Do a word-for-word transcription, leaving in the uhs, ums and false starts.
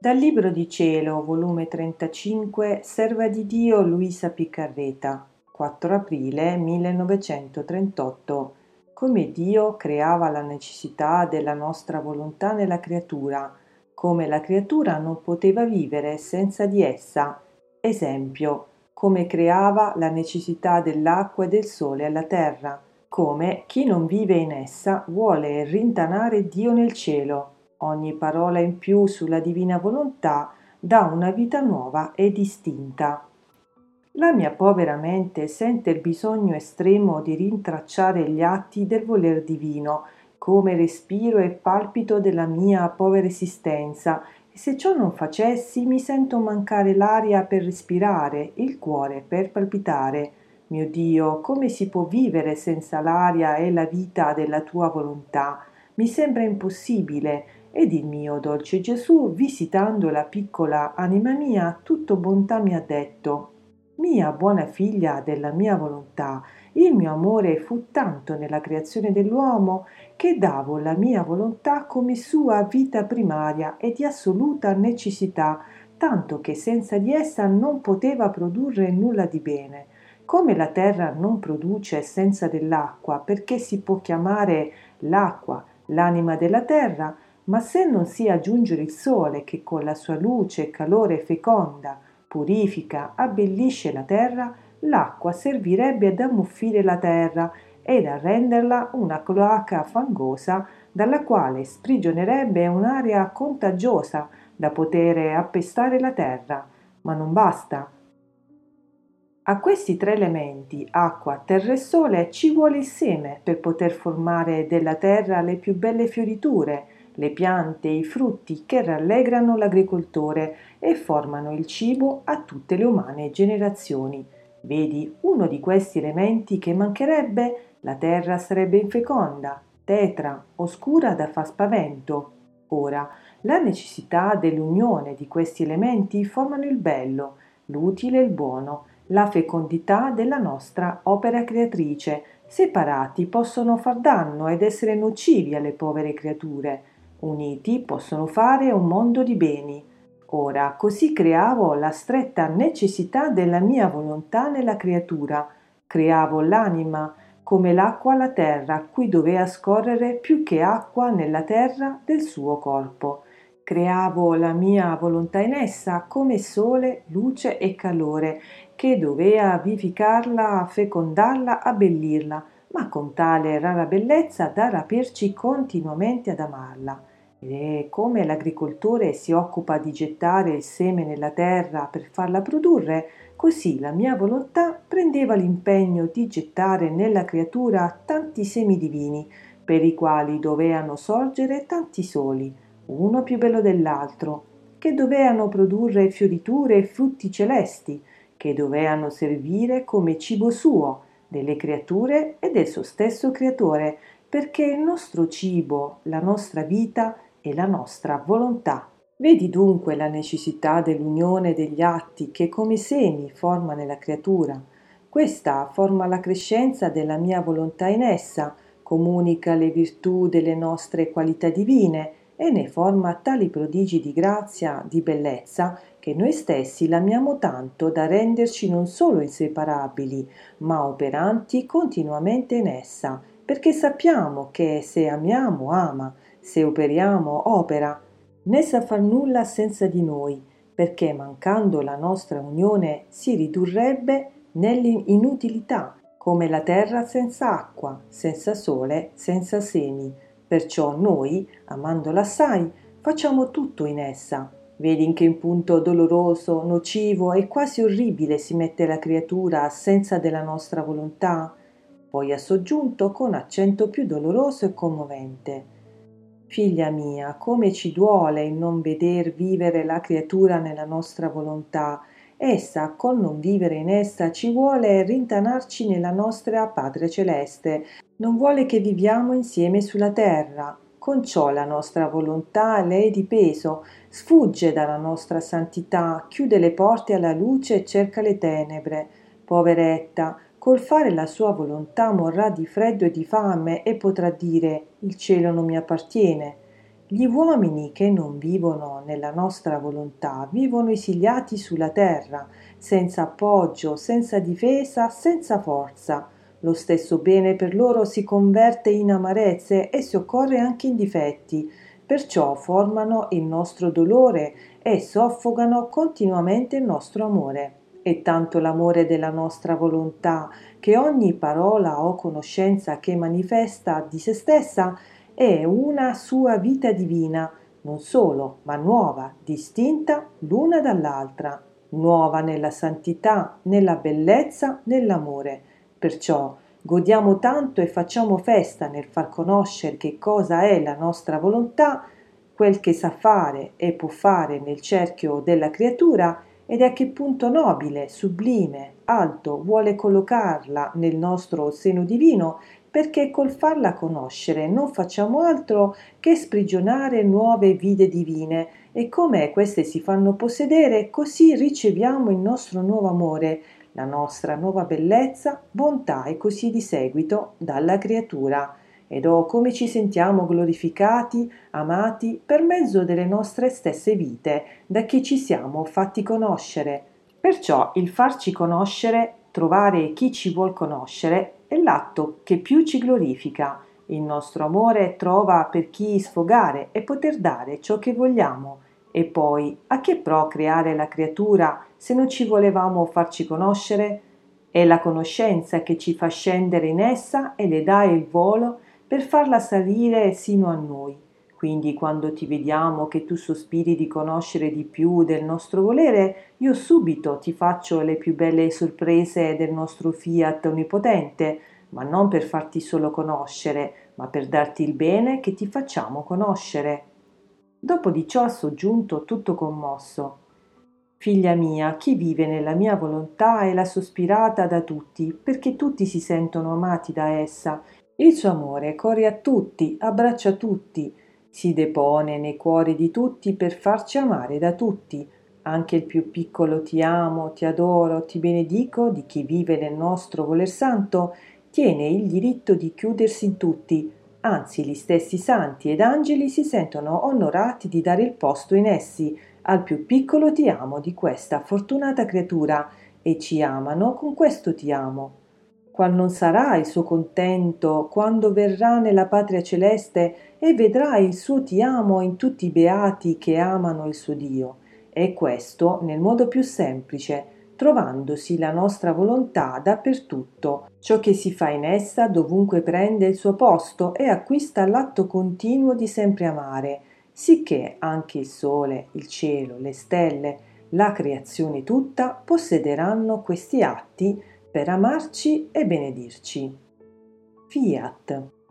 Dal Libro di Cielo, volume trentacinque, Serva di Dio Luisa Piccarreta, quattro aprile millenovecentotrentotto. Come Dio creava la necessità della nostra volontà nella creatura, come la creatura non poteva vivere senza di essa. Esempio, come creava la necessità dell'acqua e del sole alla terra, come chi non vive in essa vuole rintanare Dio nel cielo. Ogni parola in più sulla divina volontà dà una vita nuova e distinta. La mia povera mente sente il bisogno estremo di rintracciare gli atti del voler divino, come respiro e palpito della mia povera esistenza, e se ciò non facessi mi sento mancare l'aria per respirare, il cuore per palpitare. Mio Dio, come si può vivere senza l'aria e la vita della tua volontà? Mi sembra impossibile. Ed il mio dolce Gesù, visitando la piccola anima mia, tutto bontà mi ha detto: mia buona figlia della mia volontà, il mio amore fu tanto nella creazione dell'uomo che davo la mia volontà come sua vita primaria e di assoluta necessità, tanto che senza di essa non poteva produrre nulla di bene. Come la terra non produce senza dell'acqua, perché si può chiamare l'acqua l'anima della terra, ma se non si aggiunge il sole che con la sua luce e calore feconda, purifica, abbellisce la terra, l'acqua servirebbe ad ammuffire la terra ed a renderla una cloaca fangosa dalla quale sprigionerebbe un'aria contagiosa da poter appestare la terra. Ma non basta. A questi tre elementi, acqua, terra e sole, ci vuole il seme per poter formare della terra le più belle fioriture, le piante e i frutti che rallegrano l'agricoltore e formano il cibo a tutte le umane generazioni. Vedi, uno di questi elementi che mancherebbe, la terra sarebbe infeconda, tetra, oscura da far spavento. Ora, la necessità dell'unione di questi elementi formano il bello, l'utile e il buono, la fecondità della nostra opera creatrice. Separati possono far danno ed essere nocivi alle povere creature. Uniti possono fare un mondo di beni. Ora, così creavo la stretta necessità della mia volontà nella creatura. Creavo l'anima come l'acqua alla terra, cui dovea scorrere più che acqua nella terra del suo corpo. Creavo la mia volontà in essa come sole, luce e calore, che dovea vivificarla, fecondarla, abbellirla, ma con tale rara bellezza da raperci continuamente ad amarla. E come l'agricoltore si occupa di gettare il seme nella terra per farla produrre, così la mia volontà prendeva l'impegno di gettare nella creatura tanti semi divini, per i quali doveano sorgere tanti soli, uno più bello dell'altro, che doveano produrre fioriture e frutti celesti, che doveano servire come cibo suo, delle creature e del suo stesso creatore, perché il nostro cibo, la nostra vita e la nostra volontà. Vedi dunque la necessità dell'unione degli atti che come semi forma nella creatura. Questa forma la crescenza della mia volontà in essa, comunica le virtù delle nostre qualità divine e ne forma tali prodigi di grazia, di bellezza, che noi stessi l'amiamo tanto da renderci non solo inseparabili, ma operanti continuamente in essa, perché sappiamo che se amiamo ama, se operiamo opera, né sa far nulla senza di noi, perché mancando la nostra unione si ridurrebbe nell'inutilità, come la terra senza acqua, senza sole, senza semi. Perciò noi, amandola assai, facciamo tutto in essa. Vedi in che punto doloroso, nocivo e quasi orribile si mette la creatura senza della nostra volontà? Poi ha soggiunto con accento più doloroso e commovente: figlia mia, come ci duole il non veder vivere la creatura nella nostra volontà. Essa, col non vivere in essa, ci vuole rintanarci nella nostra patria celeste, non vuole che viviamo insieme sulla terra. Con ciò la nostra volontà le è di peso, sfugge dalla nostra santità, chiude le porte alla luce e cerca le tenebre. Poveretta, col fare la sua volontà morrà di freddo e di fame e potrà dire: il cielo non mi appartiene. Gli uomini che non vivono nella nostra volontà vivono esiliati sulla terra, senza appoggio, senza difesa, senza forza. Lo stesso bene per loro si converte in amarezze e si occorre anche in difetti, perciò formano il nostro dolore e soffocano continuamente il nostro amore. È tanto l'amore della nostra volontà che ogni parola o conoscenza che manifesta di se stessa è una sua vita divina, non solo, ma nuova, distinta l'una dall'altra, nuova nella santità, nella bellezza, nell'amore. Perciò godiamo tanto e facciamo festa nel far conoscere che cosa è la nostra volontà, quel che sa fare e può fare nel cerchio della creatura ed a che punto nobile, sublime, alto vuole collocarla nel nostro seno divino, perché col farla conoscere non facciamo altro che sprigionare nuove vite divine e come queste si fanno possedere, così riceviamo il nostro nuovo amore, la nostra nuova bellezza, bontà e così di seguito dalla creatura. Ed oh come ci sentiamo glorificati, amati per mezzo delle nostre stesse vite, da chi ci siamo fatti conoscere. Perciò il farci conoscere, trovare chi ci vuol conoscere, è l'atto che più ci glorifica. Il nostro amore trova per chi sfogare e poter dare ciò che vogliamo. E poi, a che pro creare la creatura se non ci volevamo farci conoscere? È la conoscenza che ci fa scendere in essa e le dà il volo per farla salire sino a noi. Quindi quando ti vediamo che tu sospiri di conoscere di più del nostro volere, io subito ti faccio le più belle sorprese del nostro fiat onnipotente, ma non per farti solo conoscere, ma per darti il bene che ti facciamo conoscere. Dopo di ciò ha soggiunto tutto commosso: Figlia mia, chi vive nella mia volontà è la sospirata da tutti, perché tutti si sentono amati da essa. Il suo amore corre a tutti, abbraccia tutti, si depone nei cuori di tutti per farci amare da tutti. Anche il più piccolo ti amo, ti adoro, ti benedico di chi vive nel nostro voler santo tiene il diritto di chiudersi in tutti, anzi gli stessi santi ed angeli si sentono onorati di dare il posto in essi al più piccolo ti amo di questa fortunata creatura e ci amano con questo ti amo. Qual non sarà il suo contento quando verrà nella patria celeste e vedrà il suo ti amo in tutti i beati che amano il suo Dio, e questo nel modo più semplice, trovandosi la nostra volontà dappertutto. Ciò che si fa in essa dovunque prende il suo posto e acquista l'atto continuo di sempre amare, sicché anche il sole, il cielo, le stelle, la creazione tutta possederanno questi atti per amarci e benedirci. Fiat.